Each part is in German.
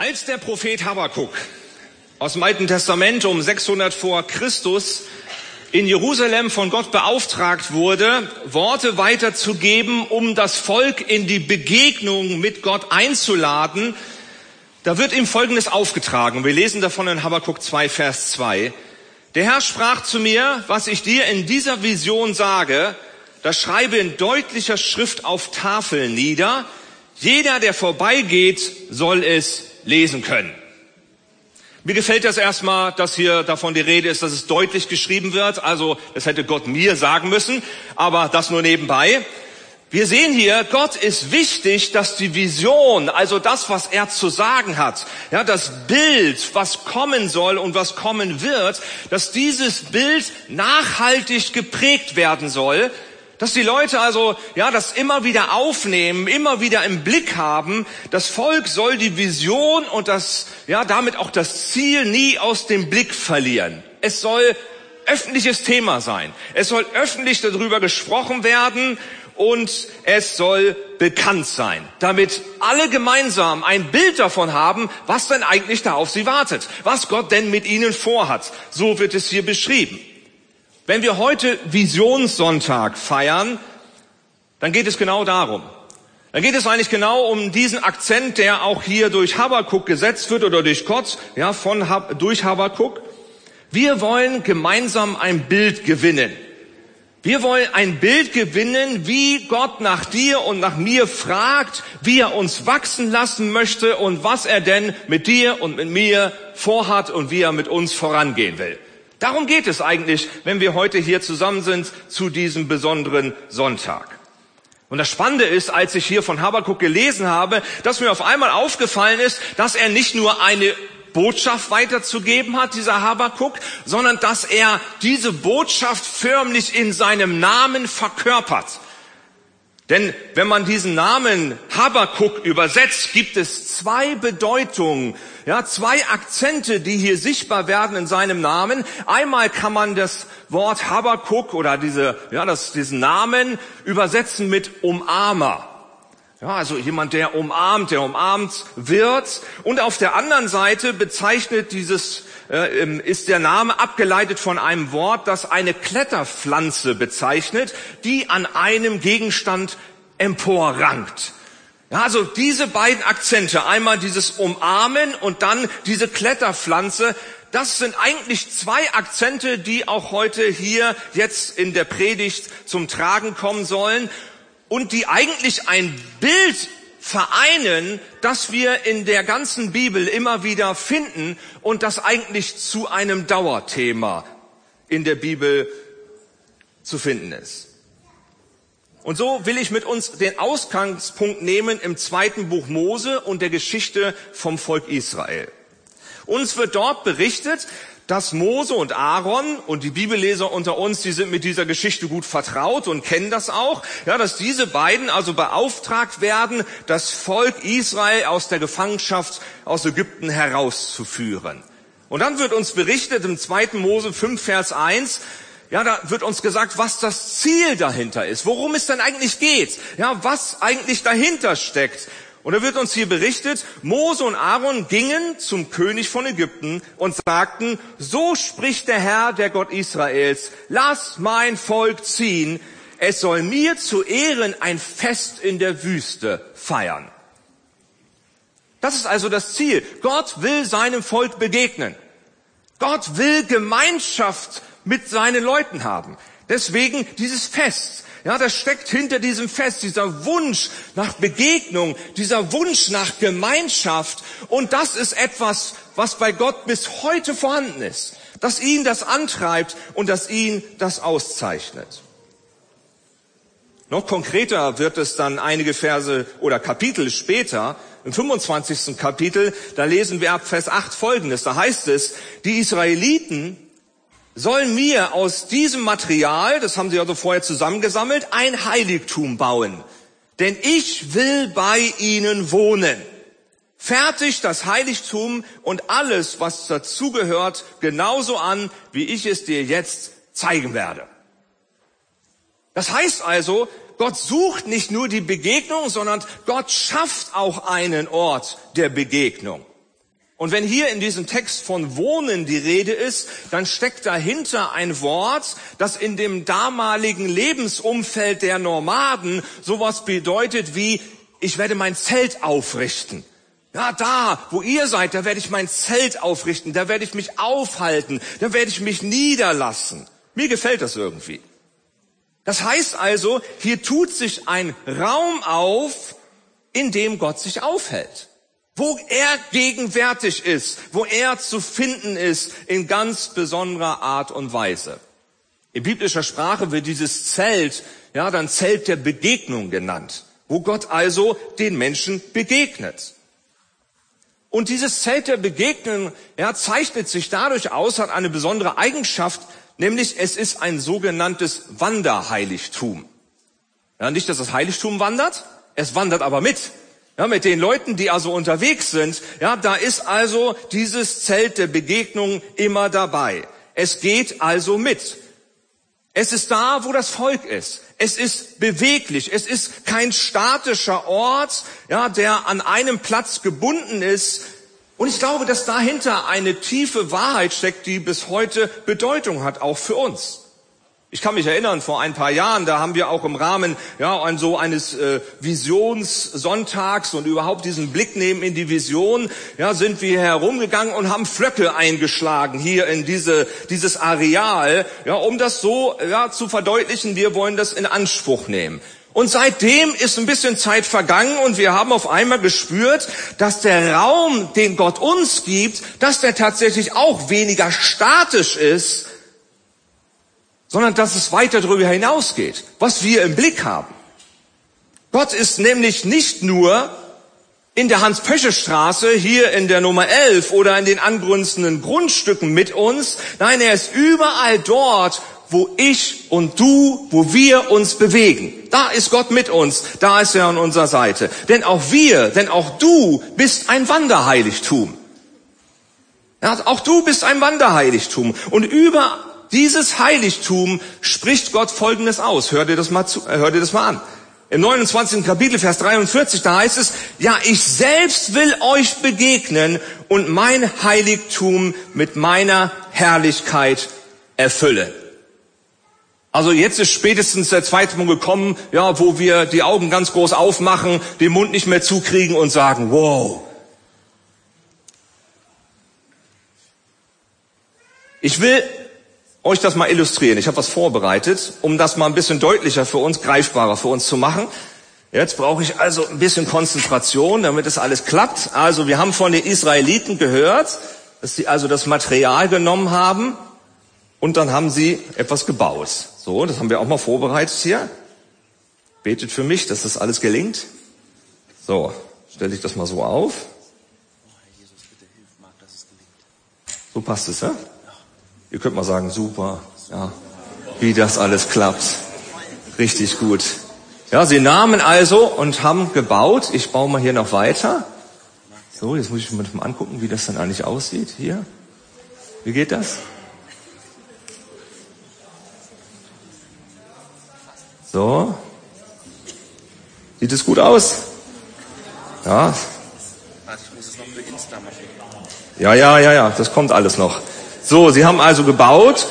Als der Prophet Habakuk aus dem Alten Testament um 600 vor Christus in Jerusalem von Gott beauftragt wurde, Worte weiterzugeben, um das Volk in die Begegnung mit Gott einzuladen, da wird ihm Folgendes aufgetragen. Wir lesen davon in Habakuk 2, Vers 2. Der Herr sprach zu mir, was ich dir in dieser Vision sage, das schreibe in deutlicher Schrift auf Tafeln nieder. Jeder, der vorbeigeht, soll es lesen können. Mir gefällt das erstmal, dass hier davon die Rede ist, dass es deutlich geschrieben wird. Also, das hätte Gott mir sagen müssen, aber das nur nebenbei. Wir sehen hier, Gott ist wichtig, dass die Vision, also das, was er zu sagen hat, ja, das Bild, was kommen soll und was kommen wird, dass dieses Bild nachhaltig geprägt werden soll, dass die Leute also, ja, das immer wieder aufnehmen, immer wieder im Blick haben. Das Volk soll die Vision und das, ja, damit auch das Ziel nie aus dem Blick verlieren. Es soll öffentliches Thema sein. Es soll öffentlich darüber gesprochen werden und es soll bekannt sein, damit alle gemeinsam ein Bild davon haben, was denn eigentlich da auf sie wartet, was Gott denn mit ihnen vorhat. So wird es hier beschrieben. Wenn wir heute Visionssonntag feiern, dann geht es genau darum. Dann geht es eigentlich genau um diesen Akzent, der auch hier durch Habakuk gesetzt wird oder durch Gott, ja, durch Habakuk. Wir wollen gemeinsam ein Bild gewinnen. Wir wollen ein Bild gewinnen, wie Gott nach dir und nach mir fragt, wie er uns wachsen lassen möchte und was er denn mit dir und mit mir vorhat und wie er mit uns vorangehen will. Darum geht es eigentlich, wenn wir heute hier zusammen sind zu diesem besonderen Sonntag. Und das Spannende ist, als ich hier von Habakuk gelesen habe, dass mir auf einmal aufgefallen ist, dass er nicht nur eine Botschaft weiterzugeben hat, dieser Habakuk, sondern dass er diese Botschaft förmlich in seinem Namen verkörpert. Denn wenn man diesen Namen Habakuk übersetzt, gibt es zwei Bedeutungen, ja, zwei Akzente, die hier sichtbar werden in seinem Namen. Einmal kann man das Wort Habakuk oder diesen Namen übersetzen mit Umarmer. Ja, also jemand, der umarmt wird. Und auf der anderen Seite bezeichnet ist der Name abgeleitet von einem Wort, das eine Kletterpflanze bezeichnet, die an einem Gegenstand emporrankt. Ja, also diese beiden Akzente, einmal dieses Umarmen und dann diese Kletterpflanze, das sind eigentlich zwei Akzente, die auch heute hier jetzt in der Predigt zum Tragen kommen sollen. Und die eigentlich ein Bild vereinen, das wir in der ganzen Bibel immer wieder finden und das eigentlich zu einem Dauerthema in der Bibel zu finden ist. Und so will ich mit uns den Ausgangspunkt nehmen im 2. Buch Mose und der Geschichte vom Volk Israel. Uns wird dort berichtet, dass Mose und Aaron, und die Bibelleser unter uns, die sind mit dieser Geschichte gut vertraut und kennen das auch, ja, dass diese beiden also beauftragt werden, das Volk Israel aus der Gefangenschaft aus Ägypten herauszuführen. Und dann wird uns berichtet im 2. Mose 5, Vers 1, ja, da wird uns gesagt, was das Ziel dahinter ist, worum es denn eigentlich geht, ja, was eigentlich dahinter steckt. Und da wird uns hier berichtet, Mose und Aaron gingen zum König von Ägypten und sagten, so spricht der Herr, der Gott Israels, lass mein Volk ziehen, es soll mir zu Ehren ein Fest in der Wüste feiern. Das ist also das Ziel. Gott will seinem Volk begegnen. Gott will Gemeinschaft mit seinen Leuten haben. Deswegen dieses Fest. Ja, das steckt hinter diesem Fest, dieser Wunsch nach Begegnung, dieser Wunsch nach Gemeinschaft. Und das ist etwas, was bei Gott bis heute vorhanden ist, dass ihn das antreibt und dass ihn das auszeichnet. Noch konkreter wird es dann einige Verse oder Kapitel später, im 25. Kapitel, da lesen wir ab Vers 8 Folgendes. Da heißt es, die Israeliten sollen mir aus diesem Material, das haben sie also vorher zusammengesammelt, ein Heiligtum bauen. Denn ich will bei ihnen wohnen. Fertigt das Heiligtum und alles, was dazugehört, genauso an, wie ich es dir jetzt zeigen werde. Das heißt also, Gott sucht nicht nur die Begegnung, sondern Gott schafft auch einen Ort der Begegnung. Und wenn hier in diesem Text von Wohnen die Rede ist, dann steckt dahinter ein Wort, das in dem damaligen Lebensumfeld der Nomaden sowas bedeutet wie, ich werde mein Zelt aufrichten. Ja, da, wo ihr seid, da werde ich mein Zelt aufrichten, da werde ich mich aufhalten, da werde ich mich niederlassen. Mir gefällt das irgendwie. Das heißt also, hier tut sich ein Raum auf, in dem Gott sich aufhält. Wo er gegenwärtig ist, wo er zu finden ist, in ganz besonderer Art und Weise. In biblischer Sprache wird dieses Zelt, ja, dann Zelt der Begegnung genannt, wo Gott also den Menschen begegnet. Und dieses Zelt der Begegnung, ja, zeichnet sich dadurch aus, hat eine besondere Eigenschaft, nämlich es ist ein sogenanntes Wanderheiligtum. Ja, nicht, dass das Heiligtum wandert, es wandert aber mit. Ja, mit den Leuten, die also unterwegs sind, ja, da ist also dieses Zelt der Begegnung immer dabei. Es geht also mit. Es ist da, wo das Volk ist. Es ist beweglich. Es ist kein statischer Ort, ja, der an einem Platz gebunden ist. Und ich glaube, dass dahinter eine tiefe Wahrheit steckt, die bis heute Bedeutung hat, auch für uns. Ich kann mich erinnern, vor ein paar Jahren, da haben wir auch im Rahmen so eines Visionssonntags und überhaupt diesen Blick nehmen in die Vision, ja, sind wir herumgegangen und haben Flöcke eingeschlagen hier in dieses Areal, ja, um das so zu verdeutlichen, wir wollen das in Anspruch nehmen. Und seitdem ist ein bisschen Zeit vergangen und wir haben auf einmal gespürt, dass der Raum, den Gott uns gibt, dass der tatsächlich auch weniger statisch ist, sondern dass es weiter darüber hinausgeht, was wir im Blick haben. Gott ist nämlich nicht nur in der Hans-Pösche-Straße, hier in der Nummer 11 oder in den angrenzenden Grundstücken mit uns. Nein, er ist überall dort, wo ich und du, wo wir uns bewegen. Da ist Gott mit uns, da ist er an unserer Seite. Denn auch du bist ein Wanderheiligtum. Ja, auch du bist ein Wanderheiligtum. Und über dieses Heiligtum spricht Gott Folgendes aus. Hör dir das mal an. Im 29. Kapitel, Vers 43, da heißt es, ja, ich selbst will euch begegnen und mein Heiligtum mit meiner Herrlichkeit erfüllen. Also jetzt ist spätestens der Zeitpunkt gekommen, ja, wo wir die Augen ganz groß aufmachen, den Mund nicht mehr zukriegen und sagen, wow. Ich will euch das mal illustrieren. Ich habe was vorbereitet, um das mal ein bisschen deutlicher für uns, greifbarer für uns zu machen. Jetzt brauche ich also ein bisschen Konzentration, damit es alles klappt. Also wir haben von den Israeliten gehört, dass sie also das Material genommen haben und dann haben sie etwas gebaut. So, das haben wir auch mal vorbereitet hier. Betet für mich, dass das alles gelingt. So, stelle ich das mal so auf. So passt es, ja? Ihr könnt mal sagen, super, ja, wie das alles klappt. Richtig gut. Ja, sie nahmen also und haben gebaut. Ich baue mal hier noch weiter. So, jetzt muss ich mir mal angucken, wie das dann eigentlich aussieht. Hier. Wie geht das? So. Sieht es gut aus? Ja. Ich muss es noch für Insta machen. Ja, das kommt alles noch. So, sie haben also gebaut.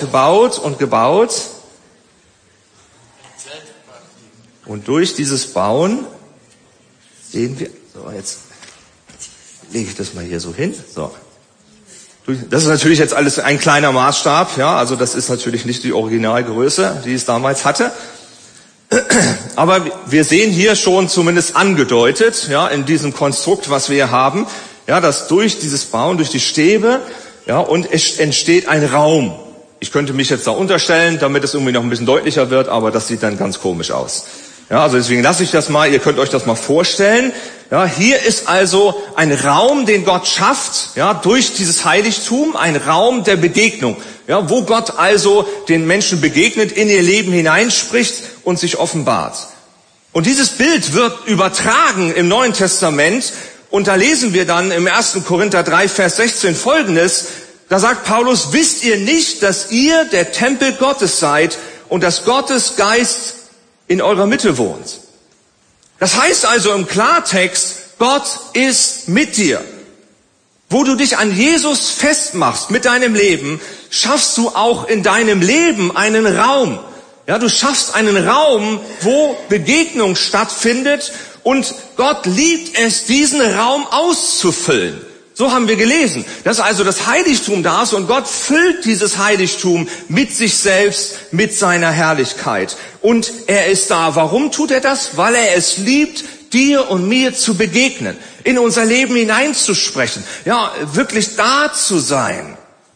Und durch dieses Bauen sehen wir, so, jetzt lege ich das mal hier so hin. So. Das ist natürlich jetzt alles ein kleiner Maßstab, ja, also das ist natürlich nicht die Originalgröße, die es damals hatte. Aber wir sehen hier schon zumindest angedeutet, ja, in diesem Konstrukt, was wir hier haben, ja, dass durch dieses Bauen, durch die Stäbe, ja, und es entsteht ein Raum. Ich könnte mich jetzt da unterstellen, damit es irgendwie noch ein bisschen deutlicher wird, aber das sieht dann ganz komisch aus. Ja, also deswegen lasse ich das mal, ihr könnt euch das mal vorstellen. Ja, hier ist also ein Raum, den Gott schafft, ja, durch dieses Heiligtum, ein Raum der Begegnung, ja, wo Gott also den Menschen begegnet, in ihr Leben hineinspricht und sich offenbart. Und dieses Bild wird übertragen im Neuen Testament. Und da lesen wir dann im 1. Korinther 3, Vers 16 Folgendes. Da sagt Paulus, wisst ihr nicht, dass ihr der Tempel Gottes seid und dass Gottes Geist in eurer Mitte wohnt? Das heißt also im Klartext, Gott ist mit dir. Wo du dich an Jesus festmachst mit deinem Leben, schaffst du auch in deinem Leben einen Raum. Ja, du schaffst einen Raum, wo Begegnung stattfindet und Gott liebt es, diesen Raum auszufüllen. So haben wir gelesen, dass also das Heiligtum da ist und Gott füllt dieses Heiligtum mit sich selbst, mit seiner Herrlichkeit. Und er ist da. Warum tut er das? Weil er es liebt, dir und mir zu begegnen, in unser Leben hineinzusprechen, ja, wirklich da zu sein.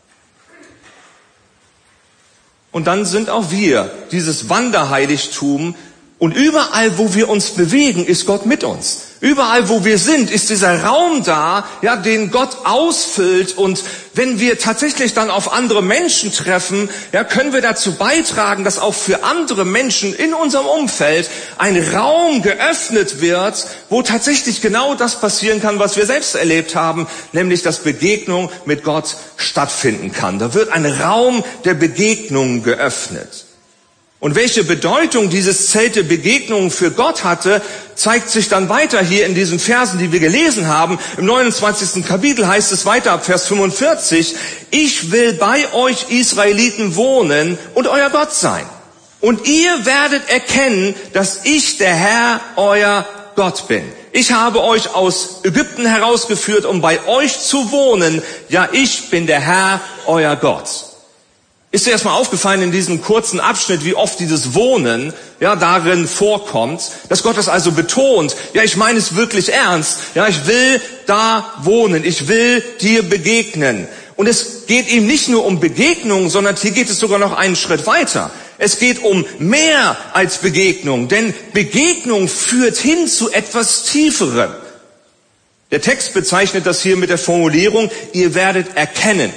Und dann sind auch wir dieses Wanderheiligtum und überall, wo wir uns bewegen, ist Gott mit uns. Überall, wo wir sind, ist dieser Raum da, ja, den Gott ausfüllt. Und wenn wir tatsächlich dann auf andere Menschen treffen, ja, können wir dazu beitragen, dass auch für andere Menschen in unserem Umfeld ein Raum geöffnet wird, wo tatsächlich genau das passieren kann, was wir selbst erlebt haben, nämlich, dass Begegnung mit Gott stattfinden kann. Da wird ein Raum der Begegnung geöffnet. Und welche Bedeutung dieses Zelt der Begegnung für Gott hatte, zeigt sich dann weiter hier in diesen Versen, die wir gelesen haben. Im 29. Kapitel heißt es weiter ab Vers 45, ich will bei euch Israeliten wohnen und euer Gott sein. Und ihr werdet erkennen, dass ich der Herr, euer Gott bin. Ich habe euch aus Ägypten herausgeführt, um bei euch zu wohnen. Ja, ich bin der Herr, euer Gott. Ist dir erstmal aufgefallen in diesem kurzen Abschnitt, wie oft dieses Wohnen, ja, darin vorkommt, dass Gott das also betont, ja, ich meine es wirklich ernst, ja, ich will da wohnen, ich will dir begegnen. Und es geht ihm nicht nur um Begegnung, sondern hier geht es sogar noch einen Schritt weiter. Es geht um mehr als Begegnung, denn Begegnung führt hin zu etwas Tieferem. Der Text bezeichnet das hier mit der Formulierung, ihr werdet erkennen.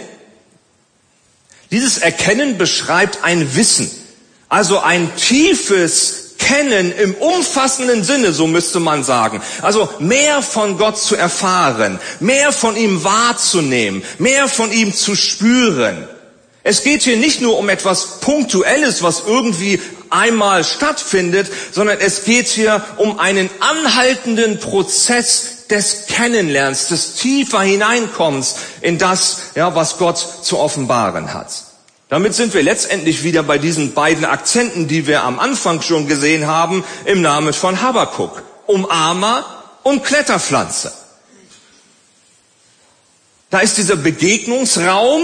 Dieses Erkennen beschreibt ein Wissen, also ein tiefes Kennen im umfassenden Sinne, so müsste man sagen. Also mehr von Gott zu erfahren, mehr von ihm wahrzunehmen, mehr von ihm zu spüren. Es geht hier nicht nur um etwas Punktuelles, was irgendwie einmal stattfindet, sondern es geht hier um einen anhaltenden Prozess des Kennenlernens, des tiefer Hineinkommens in das, ja, was Gott zu offenbaren hat. Damit sind wir letztendlich wieder bei diesen beiden Akzenten, die wir am Anfang schon gesehen haben, im Namen von Habakuk. Umarmer und Kletterpflanze. Da ist dieser Begegnungsraum,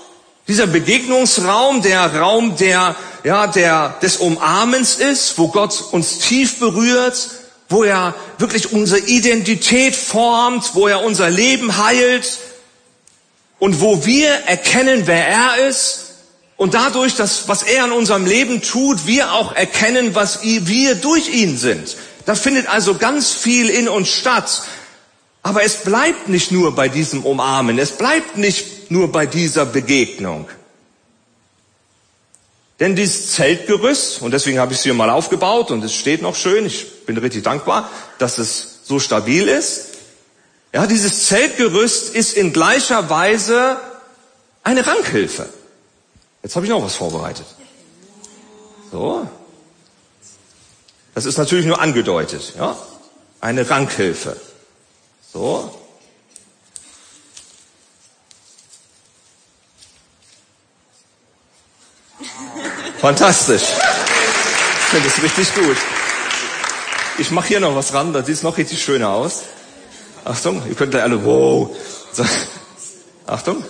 der Raum des Umarmens ist, wo Gott uns tief berührt, wo er wirklich unsere Identität formt, wo er unser Leben heilt und wo wir erkennen, wer er ist und dadurch, was er in unserem Leben tut, wir auch erkennen, was wir durch ihn sind. Da findet also ganz viel in uns statt. Aber es bleibt nicht nur bei diesem Umarmen, es bleibt nicht nur bei dieser Begegnung. Denn dieses Zeltgerüst, und deswegen habe ich es hier mal aufgebaut und es steht noch schön, ich bin richtig dankbar, dass es so stabil ist. Ja, dieses Zeltgerüst ist in gleicher Weise eine Rankhilfe. Jetzt habe ich noch was vorbereitet. So. Das ist natürlich nur angedeutet, ja. Eine Rankhilfe. So. Fantastisch. Ich finde es richtig gut. Ich mache hier noch was ran, da sieht es noch richtig schöner aus. Achtung, ihr könnt da alle, wow. So. Achtung.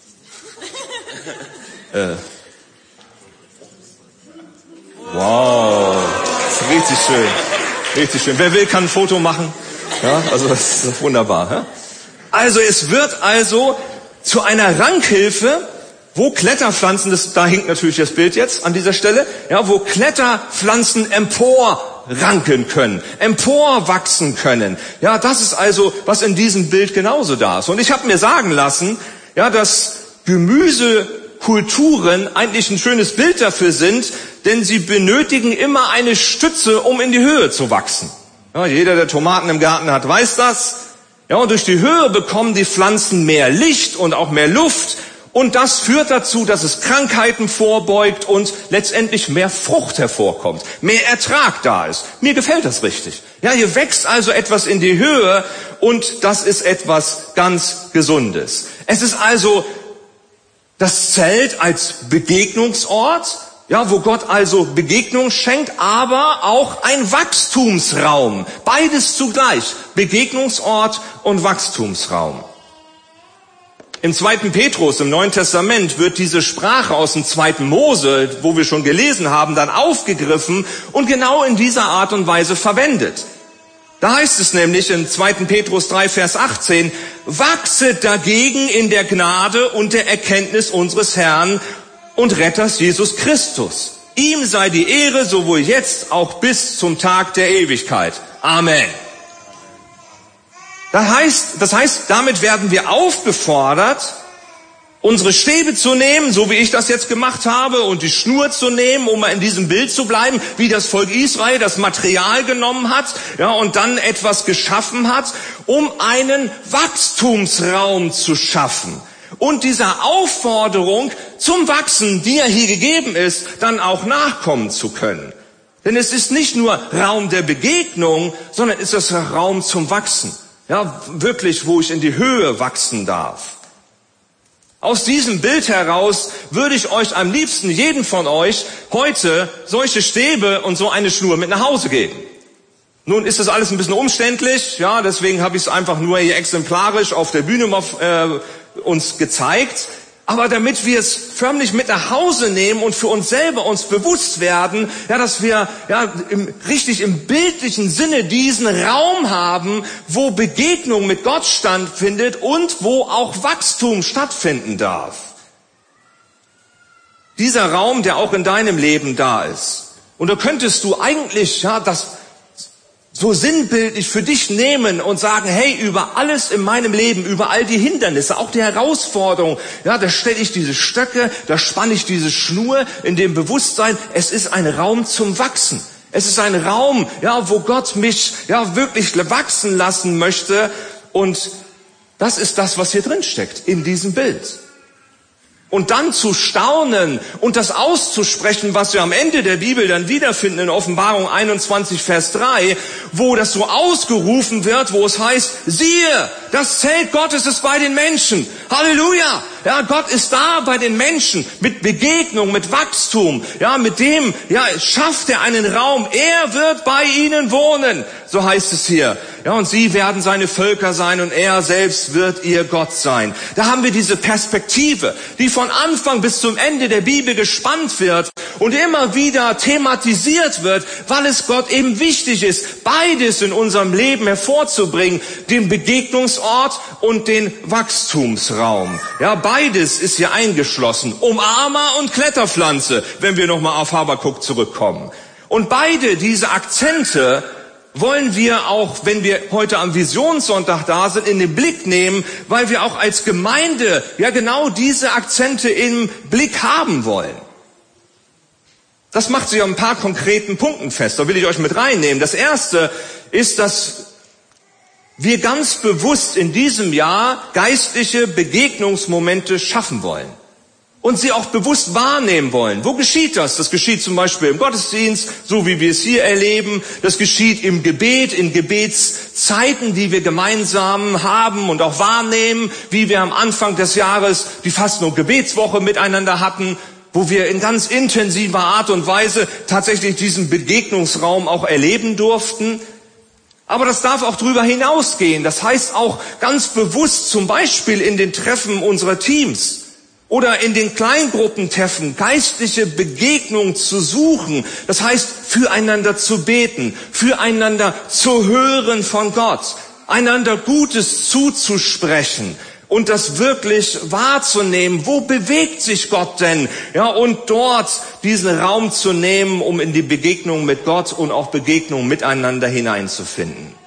Wow. Das ist richtig schön. Richtig schön. Wer will, kann ein Foto machen. Ja, also das ist wunderbar. Ja? Also es wird also zu einer Rankhilfe, wo Kletterpflanzen, da hinkt natürlich das Bild jetzt an dieser Stelle, ja, wo Kletterpflanzen emporranken können, emporwachsen können. Ja, das ist also, was in diesem Bild genauso da ist. Und ich habe mir sagen lassen, ja, dass Gemüsekulturen eigentlich ein schönes Bild dafür sind, denn sie benötigen immer eine Stütze, um in die Höhe zu wachsen. Ja, jeder, der Tomaten im Garten hat, weiß das. Ja, und durch die Höhe bekommen die Pflanzen mehr Licht und auch mehr Luft. Und das führt dazu, dass es Krankheiten vorbeugt und letztendlich mehr Frucht hervorkommt, mehr Ertrag da ist. Mir gefällt das richtig. Ja, hier wächst also etwas in die Höhe und das ist etwas ganz Gesundes. Es ist also das Zelt als Begegnungsort, ja, wo Gott also Begegnung schenkt, aber auch ein Wachstumsraum. Beides zugleich, Begegnungsort und Wachstumsraum. Im 2. Petrus, im Neuen Testament, wird diese Sprache aus dem 2. Mose, wo wir schon gelesen haben, dann aufgegriffen und genau in dieser Art und Weise verwendet. Da heißt es nämlich in 2. Petrus 3, Vers 18, wachset dagegen in der Gnade und der Erkenntnis unseres Herrn und Retters Jesus Christus. Ihm sei die Ehre, sowohl jetzt auch bis zum Tag der Ewigkeit. Amen. Das heißt, damit werden wir aufgefordert, unsere Stäbe zu nehmen, so wie ich das jetzt gemacht habe, und die Schnur zu nehmen, um mal in diesem Bild zu bleiben, wie das Volk Israel das Material genommen hat, ja, und dann etwas geschaffen hat, um einen Wachstumsraum zu schaffen. Und dieser Aufforderung zum Wachsen, die ja hier gegeben ist, dann auch nachkommen zu können. Denn es ist nicht nur Raum der Begegnung, sondern es ist Raum zum Wachsen. Ja, wirklich, wo ich in die Höhe wachsen darf. Aus diesem Bild heraus würde ich euch am liebsten, jeden von euch, heute solche Stäbe und so eine Schnur mit nach Hause geben. Nun ist das alles ein bisschen umständlich, ja, deswegen habe ich es einfach nur hier exemplarisch auf der Bühne uns gezeigt. Aber damit wir es förmlich mit nach Hause nehmen und für uns selber uns bewusst werden, ja, dass wir ja richtig im bildlichen Sinne diesen Raum haben, wo Begegnung mit Gott stattfindet und wo auch Wachstum stattfinden darf. Dieser Raum, der auch in deinem Leben da ist. Und da könntest du eigentlich ja das so sinnbildlich für dich nehmen und sagen, hey, über alles in meinem Leben, über all die Hindernisse, auch die Herausforderungen, ja, da stelle ich diese Stöcke, da spanne ich diese Schnur in dem Bewusstsein, es ist ein Raum zum Wachsen. Es ist ein Raum, ja, wo Gott mich ja wirklich wachsen lassen möchte, und das ist das, was hier drin steckt in diesem Bild. Und dann zu staunen und das auszusprechen, was wir am Ende der Bibel dann wiederfinden in Offenbarung 21, Vers 3, wo das so ausgerufen wird, wo es heißt, siehe, das Zelt Gottes ist bei den Menschen. Halleluja! Ja, Gott ist da bei den Menschen mit Begegnung, mit Wachstum. Ja, mit dem, ja, schafft er einen Raum. Er wird bei ihnen wohnen. So heißt es hier. Ja, und sie werden seine Völker sein und er selbst wird ihr Gott sein. Da haben wir diese Perspektive, die von Anfang bis zum Ende der Bibel gespannt wird und immer wieder thematisiert wird, weil es Gott eben wichtig ist, beides in unserem Leben hervorzubringen, den Begegnungsort und den Wachstumsraum. Ja, beides ist hier eingeschlossen. Umarmer und Kletterpflanze, wenn wir nochmal auf Habakuk zurückkommen. Und beide diese Akzente wollen wir auch, wenn wir heute am Visionssonntag da sind, in den Blick nehmen, weil wir auch als Gemeinde ja genau diese Akzente im Blick haben wollen. Das macht sich an ein paar konkreten Punkten fest. Da will ich euch mit reinnehmen. Das erste ist, dass wir ganz bewusst in diesem Jahr geistliche Begegnungsmomente schaffen wollen. Und sie auch bewusst wahrnehmen wollen. Wo geschieht das? Das geschieht zum Beispiel im Gottesdienst, so wie wir es hier erleben. Das geschieht im Gebet, in Gebetszeiten, die wir gemeinsam haben und auch wahrnehmen, wie wir am Anfang des Jahres die Fasten- und Gebetswoche miteinander hatten, wo wir in ganz intensiver Art und Weise tatsächlich diesen Begegnungsraum auch erleben durften. Aber das darf auch darüber hinausgehen. Das heißt auch ganz bewusst zum Beispiel in den Treffen unserer Teams oder in den Kleingruppentreffen geistliche Begegnung zu suchen. Das heißt, füreinander zu beten, füreinander zu hören von Gott, einander Gutes zuzusprechen und das wirklich wahrzunehmen. Wo bewegt sich Gott denn? Ja, und dort diesen Raum zu nehmen, um in die Begegnung mit Gott und auch Begegnung miteinander hineinzufinden.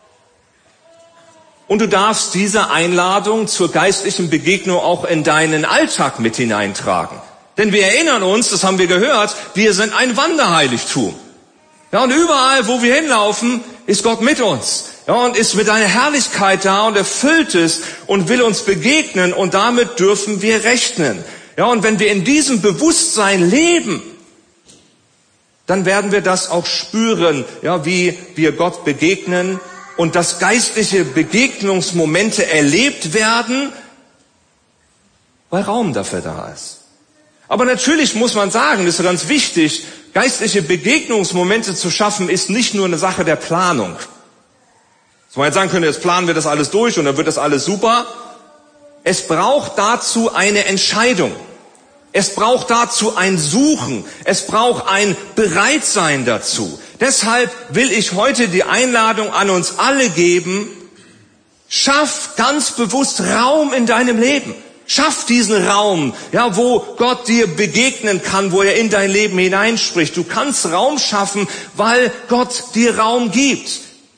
Und du darfst diese Einladung zur geistlichen Begegnung auch in deinen Alltag mit hineintragen. Denn wir erinnern uns, das haben wir gehört, wir sind ein Wanderheiligtum. Ja, und überall, wo wir hinlaufen, ist Gott mit uns. Ja, und ist mit deiner Herrlichkeit da und erfüllt es und will uns begegnen und damit dürfen wir rechnen. Ja, und wenn wir in diesem Bewusstsein leben, dann werden wir das auch spüren, ja, wie wir Gott begegnen und dass geistliche Begegnungsmomente erlebt werden, weil Raum dafür da ist. Aber natürlich muss man sagen, das ist ganz wichtig, geistliche Begegnungsmomente zu schaffen, ist nicht nur eine Sache der Planung. Dass man jetzt sagen könnte, jetzt planen wir das alles durch und dann wird das alles super. Es braucht dazu eine Entscheidung. Es braucht dazu ein Suchen. Es braucht ein Bereitsein dazu. Deshalb will ich heute die Einladung an uns alle geben, schaff ganz bewusst Raum in deinem Leben. Schaff diesen Raum, ja, wo Gott dir begegnen kann, wo er in dein Leben hineinspricht. Du kannst Raum schaffen, weil Gott dir Raum gibt.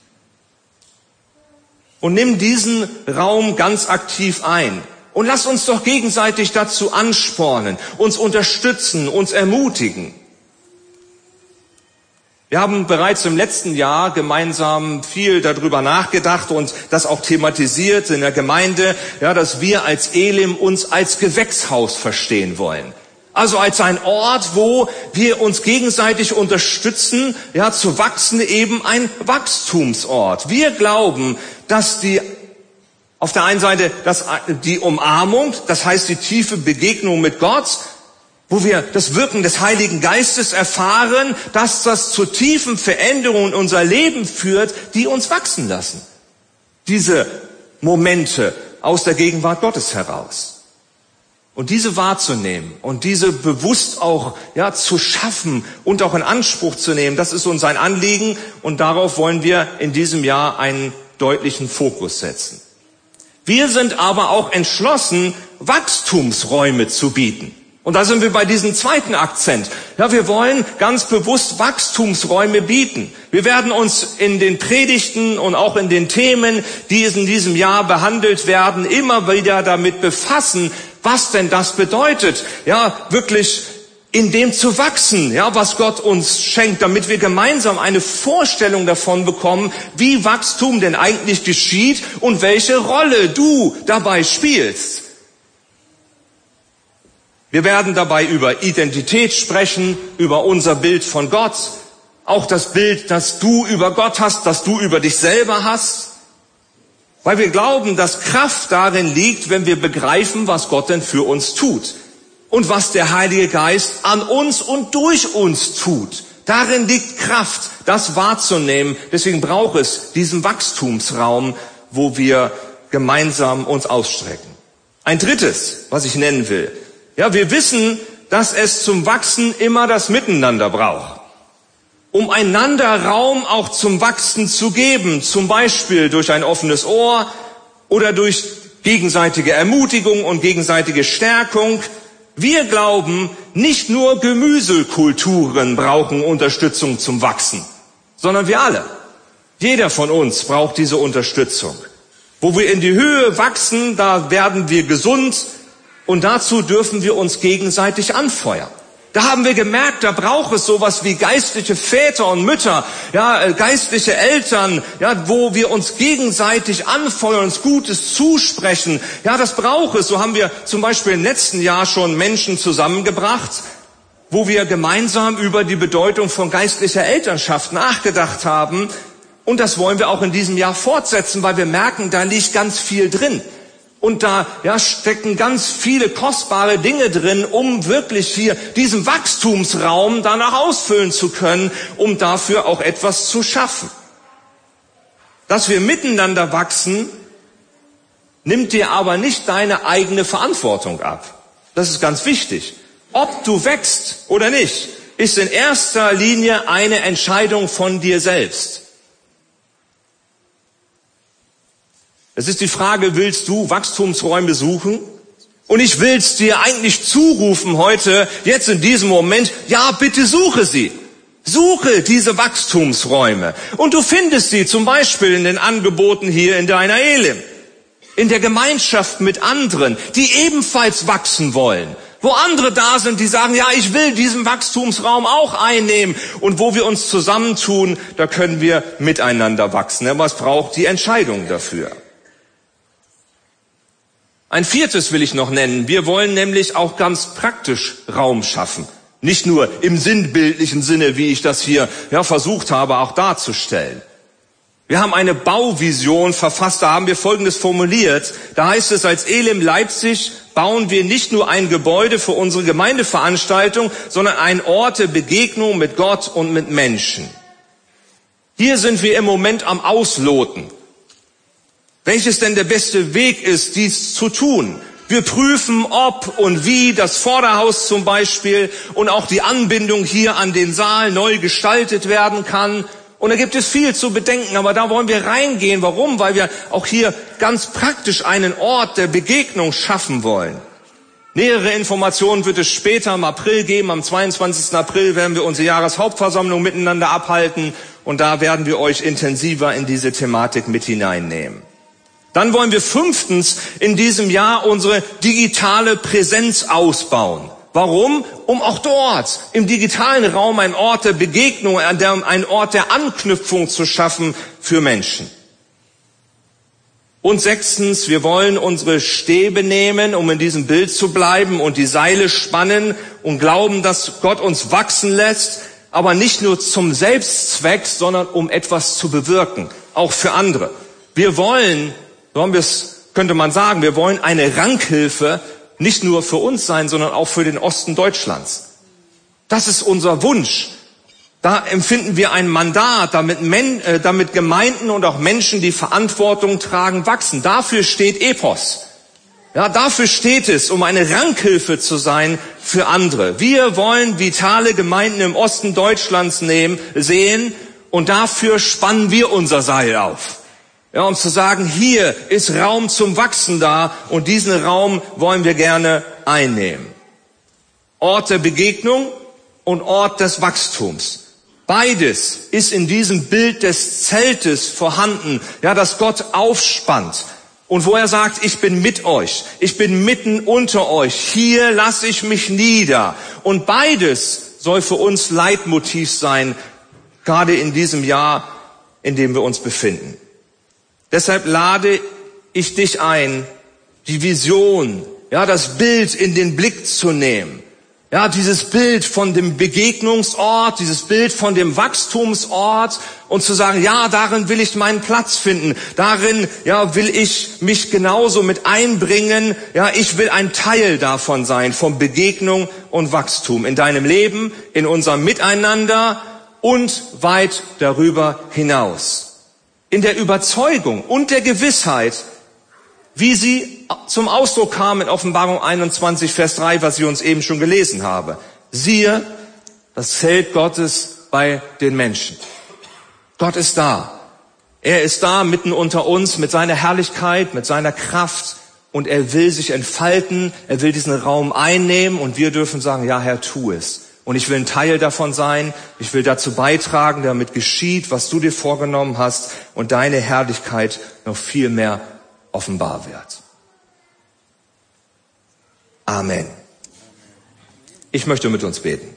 Und nimm diesen Raum ganz aktiv ein. Und lass uns doch gegenseitig dazu anspornen, uns unterstützen, uns ermutigen. Wir haben bereits im letzten Jahr gemeinsam viel darüber nachgedacht und das auch thematisiert in der Gemeinde, ja, dass wir als Elim uns als Gewächshaus verstehen wollen. Also als ein Ort, wo wir uns gegenseitig unterstützen, ja, zu wachsen, eben ein Wachstumsort. Wir glauben, dass auf der einen Seite die Umarmung, das heißt die tiefe Begegnung mit Gott, wo wir das Wirken des Heiligen Geistes erfahren, dass das zu tiefen Veränderungen in unser Leben führt, die uns wachsen lassen. Diese Momente aus der Gegenwart Gottes heraus. Und diese wahrzunehmen und diese bewusst auch, ja, zu schaffen und auch in Anspruch zu nehmen, das ist uns ein Anliegen und darauf wollen wir in diesem Jahr einen deutlichen Fokus setzen. Wir sind aber auch entschlossen, Wachstumsräume zu bieten. Und da sind wir bei diesem zweiten Akzent. Ja, wir wollen ganz bewusst Wachstumsräume bieten. Wir werden uns in den Predigten und auch in den Themen, die in diesem Jahr behandelt werden, immer wieder damit befassen, was denn das bedeutet. Ja, wirklich in dem zu wachsen, ja, was Gott uns schenkt, damit wir gemeinsam eine Vorstellung davon bekommen, wie Wachstum denn eigentlich geschieht und welche Rolle du dabei spielst. Wir werden dabei über Identität sprechen, über unser Bild von Gott, auch das Bild, das du über Gott hast, das du über dich selber hast, weil wir glauben, dass Kraft darin liegt, wenn wir begreifen, was Gott denn für uns tut und was der Heilige Geist an uns und durch uns tut. Darin liegt Kraft, das wahrzunehmen. Deswegen braucht es diesen Wachstumsraum, wo wir gemeinsam uns ausstrecken. Ein drittes, was ich nennen will. Ja, wir wissen, dass es zum Wachsen immer das Miteinander braucht. Um einander Raum auch zum Wachsen zu geben, zum Beispiel durch ein offenes Ohr oder durch gegenseitige Ermutigung und gegenseitige Stärkung. Wir glauben, nicht nur Gemüsekulturen brauchen Unterstützung zum Wachsen, sondern wir alle. Jeder von uns braucht diese Unterstützung. Wo wir in die Höhe wachsen, da werden wir gesund. Und dazu dürfen wir uns gegenseitig anfeuern. Da haben wir gemerkt, da braucht es sowas wie geistliche Väter und Mütter, ja, geistliche Eltern, ja, wo wir uns gegenseitig anfeuern, uns Gutes zusprechen. Ja, das braucht es. So haben wir zum Beispiel im letzten Jahr schon Menschen zusammengebracht, wo wir gemeinsam über die Bedeutung von geistlicher Elternschaft nachgedacht haben. Und das wollen wir auch in diesem Jahr fortsetzen, weil wir merken, da liegt ganz viel drin. Und da, ja, stecken ganz viele kostbare Dinge drin, um wirklich hier diesen Wachstumsraum danach ausfüllen zu können, um dafür auch etwas zu schaffen. Dass wir miteinander wachsen, nimmt dir aber nicht deine eigene Verantwortung ab. Das ist ganz wichtig. Ob du wächst oder nicht, ist in erster Linie eine Entscheidung von dir selbst. Es ist die Frage, willst du Wachstumsräume suchen? Und ich will es dir eigentlich zurufen heute, jetzt in diesem Moment, ja, bitte suche sie. Suche diese Wachstumsräume. Und du findest sie zum Beispiel in den Angeboten hier in deiner Elim. In der Gemeinschaft mit anderen, die ebenfalls wachsen wollen. Wo andere da sind, die sagen, ja, ich will diesen Wachstumsraum auch einnehmen. Und wo wir uns zusammentun, da können wir miteinander wachsen. Aber es braucht die Entscheidung dafür. Ein viertes will ich noch nennen. Wir wollen nämlich auch ganz praktisch Raum schaffen. Nicht nur im sinnbildlichen Sinne, wie ich das hier versucht habe, auch darzustellen. Wir haben eine Bauvision verfasst, da haben wir Folgendes formuliert. Da heißt es, als Elim Leipzig bauen wir nicht nur ein Gebäude für unsere Gemeindeveranstaltung, sondern einen Ort der Begegnung mit Gott und mit Menschen. Hier sind wir im Moment am Ausloten, welches denn der beste Weg ist, dies zu tun. Wir prüfen, ob und wie das Vorderhaus zum Beispiel und auch die Anbindung hier an den Saal neu gestaltet werden kann. Und da gibt es viel zu bedenken, aber da wollen wir reingehen. Warum? Weil wir auch hier ganz praktisch einen Ort der Begegnung schaffen wollen. Nähere Informationen wird es später im April geben. Am 22. April werden wir unsere Jahreshauptversammlung miteinander abhalten und da werden wir euch intensiver in diese Thematik mit hineinnehmen. Dann wollen wir 5. in diesem Jahr unsere digitale Präsenz ausbauen. Warum? Um auch dort im digitalen Raum einen Ort der Begegnung, einen Ort der Anknüpfung zu schaffen für Menschen. Und 6. wir wollen unsere Stäbe nehmen, um in diesem Bild zu bleiben, und die Seile spannen und glauben, dass Gott uns wachsen lässt, aber nicht nur zum Selbstzweck, sondern um etwas zu bewirken, auch für andere. Wir wollen, könnte man sagen, wir wollen eine Rankhilfe nicht nur für uns sein, sondern auch für den Osten Deutschlands. Das ist unser Wunsch. Da empfinden wir ein Mandat, damit Gemeinden und auch Menschen, die Verantwortung tragen, wachsen. Dafür steht Epos. Ja, dafür steht es, um eine Rankhilfe zu sein für andere. Wir wollen vitale Gemeinden im Osten Deutschlands sehen und dafür spannen wir unser Seil auf. Ja, um zu sagen, hier ist Raum zum Wachsen da und diesen Raum wollen wir gerne einnehmen. Ort der Begegnung und Ort des Wachstums. Beides ist in diesem Bild des Zeltes vorhanden, ja, das Gott aufspannt und wo er sagt, ich bin mit euch, ich bin mitten unter euch, hier lasse ich mich nieder. Und beides soll für uns Leitmotiv sein, gerade in diesem Jahr, in dem wir uns befinden. Deshalb lade ich dich ein, die Vision, ja, das Bild in den Blick zu nehmen. Ja, dieses Bild von dem Begegnungsort, dieses Bild von dem Wachstumsort und zu sagen, ja, darin will ich meinen Platz finden. Darin, ja, will ich mich genauso mit einbringen. Ja, ich will ein Teil davon sein, von Begegnung und Wachstum in deinem Leben, in unserem Miteinander und weit darüber hinaus. In der Überzeugung und der Gewissheit, wie sie zum Ausdruck kam in Offenbarung 21, Vers 3, was ich uns eben schon gelesen habe. Siehe, das Zelt Gottes bei den Menschen. Gott ist da. Er ist da mitten unter uns mit seiner Herrlichkeit, mit seiner Kraft und er will sich entfalten, er will diesen Raum einnehmen und wir dürfen sagen, ja Herr, tu es. Und ich will ein Teil davon sein. Ich will dazu beitragen, damit geschieht, was du dir vorgenommen hast und deine Herrlichkeit noch viel mehr offenbar wird. Amen. Ich möchte mit uns beten.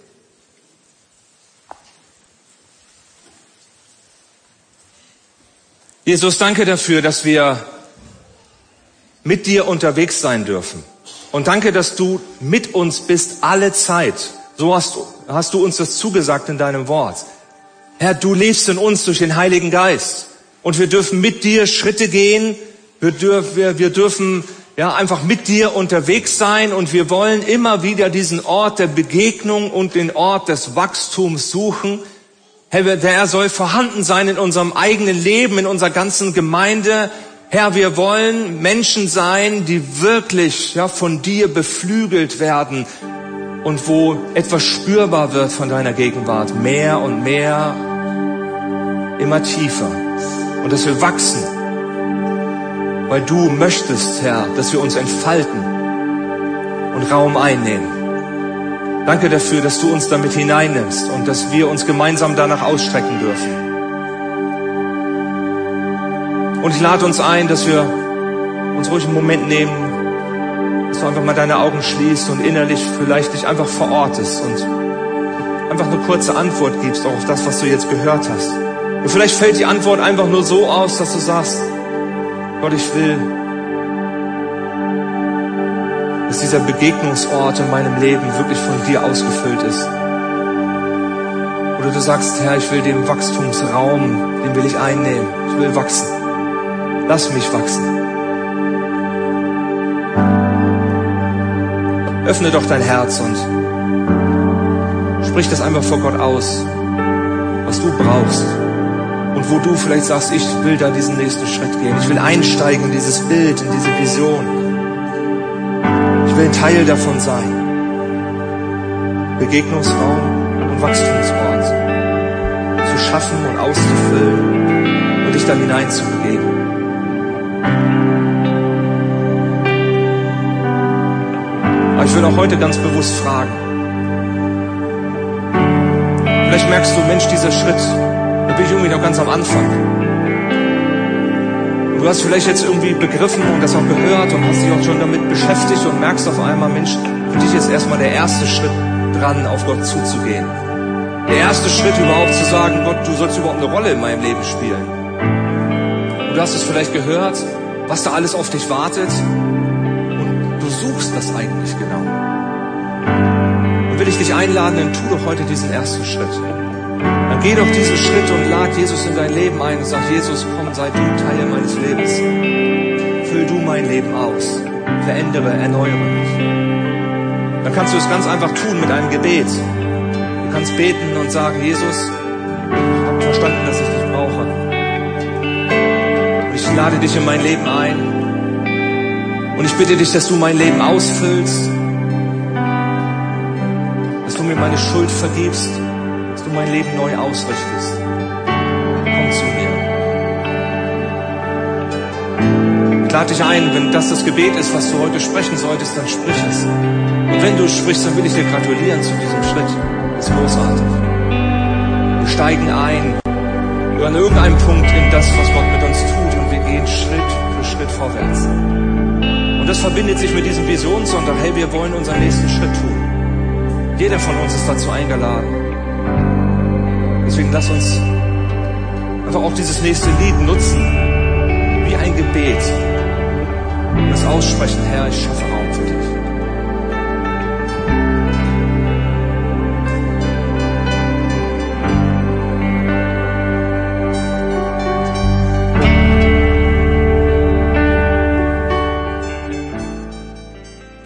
Jesus, danke dafür, dass wir mit dir unterwegs sein dürfen. Und danke, dass du mit uns bist alle Zeit. So hast du uns das zugesagt in deinem Wort. Herr, du lebst in uns durch den Heiligen Geist. Und wir dürfen mit dir Schritte gehen. Wir dürfen einfach mit dir unterwegs sein. Und wir wollen immer wieder diesen Ort der Begegnung und den Ort des Wachstums suchen. Herr, der soll vorhanden sein in unserem eigenen Leben, in unserer ganzen Gemeinde. Herr, wir wollen Menschen sein, die wirklich von dir beflügelt werden. Und wo etwas spürbar wird von deiner Gegenwart, mehr und mehr, immer tiefer. Und dass wir wachsen, weil du möchtest, Herr, dass wir uns entfalten und Raum einnehmen. Danke dafür, dass du uns damit hineinnimmst und dass wir uns gemeinsam danach ausstrecken dürfen. Und ich lade uns ein, dass wir uns ruhig einen Moment nehmen, dass wir einfach mal deine Augen schließt und innerlich vielleicht dich einfach verortest und einfach eine kurze Antwort gibst auch auf das, was du jetzt gehört hast. Und vielleicht fällt die Antwort einfach nur so aus, dass du sagst, Gott, ich will, dass dieser Begegnungsort in meinem Leben wirklich von dir ausgefüllt ist. Oder du sagst, Herr, ich will den Wachstumsraum, den will ich einnehmen. Ich will wachsen. Lass mich wachsen. Öffne doch dein Herz und sprich das einfach vor Gott aus, was du brauchst. Und wo du vielleicht sagst, ich will da diesen nächsten Schritt gehen. Ich will einsteigen in dieses Bild, in diese Vision. Ich will ein Teil davon sein. Begegnungsraum und Wachstumsort zu schaffen und auszufüllen und dich da hineinzubegeben. Aber ich will auch heute ganz bewusst fragen. Vielleicht merkst du, Mensch, dieser Schritt, da bin ich irgendwie noch ganz am Anfang. Und du hast vielleicht jetzt irgendwie begriffen und das auch gehört und hast dich auch schon damit beschäftigt und merkst auf einmal, Mensch, für dich ist erstmal der erste Schritt dran, auf Gott zuzugehen. Der erste Schritt überhaupt zu sagen, Gott, du sollst überhaupt eine Rolle in meinem Leben spielen. Und du hast es vielleicht gehört, was da alles auf dich wartet und du suchst das eigentlich genau. Und will ich dich einladen, dann tu doch heute diesen ersten Schritt. Dann geh doch diesen Schritt und lad Jesus in dein Leben ein und sag, Jesus, komm, sei du Teil meines Lebens. Füll du mein Leben aus. Verändere, erneuere mich. Dann kannst du es ganz einfach tun mit einem Gebet. Du kannst beten und sagen, Jesus, ich habe verstanden, dass ich dich brauche. Und ich lade dich in mein Leben ein. Und ich bitte dich, dass du mein Leben ausfüllst. Dass du mir meine Schuld vergibst. Dass du mein Leben neu ausrichtest. Komm zu mir. Ich lade dich ein, wenn das Gebet ist, was du heute sprechen solltest, dann sprich es. Und wenn du sprichst, dann will ich dir gratulieren zu diesem Schritt. Das ist großartig. Wir steigen ein an irgendeinem Punkt in das, was Gott mit uns tut, und wir gehen Schritt für Schritt vorwärts. Und das verbindet sich mit diesem Visionssonntag. Hey, wir wollen unseren nächsten Schritt tun. Jeder von uns ist dazu eingeladen. Deswegen lass uns einfach auch dieses nächste Lied nutzen, wie ein Gebet. Und das aussprechen, Herr, ich schaffe Raum für dich.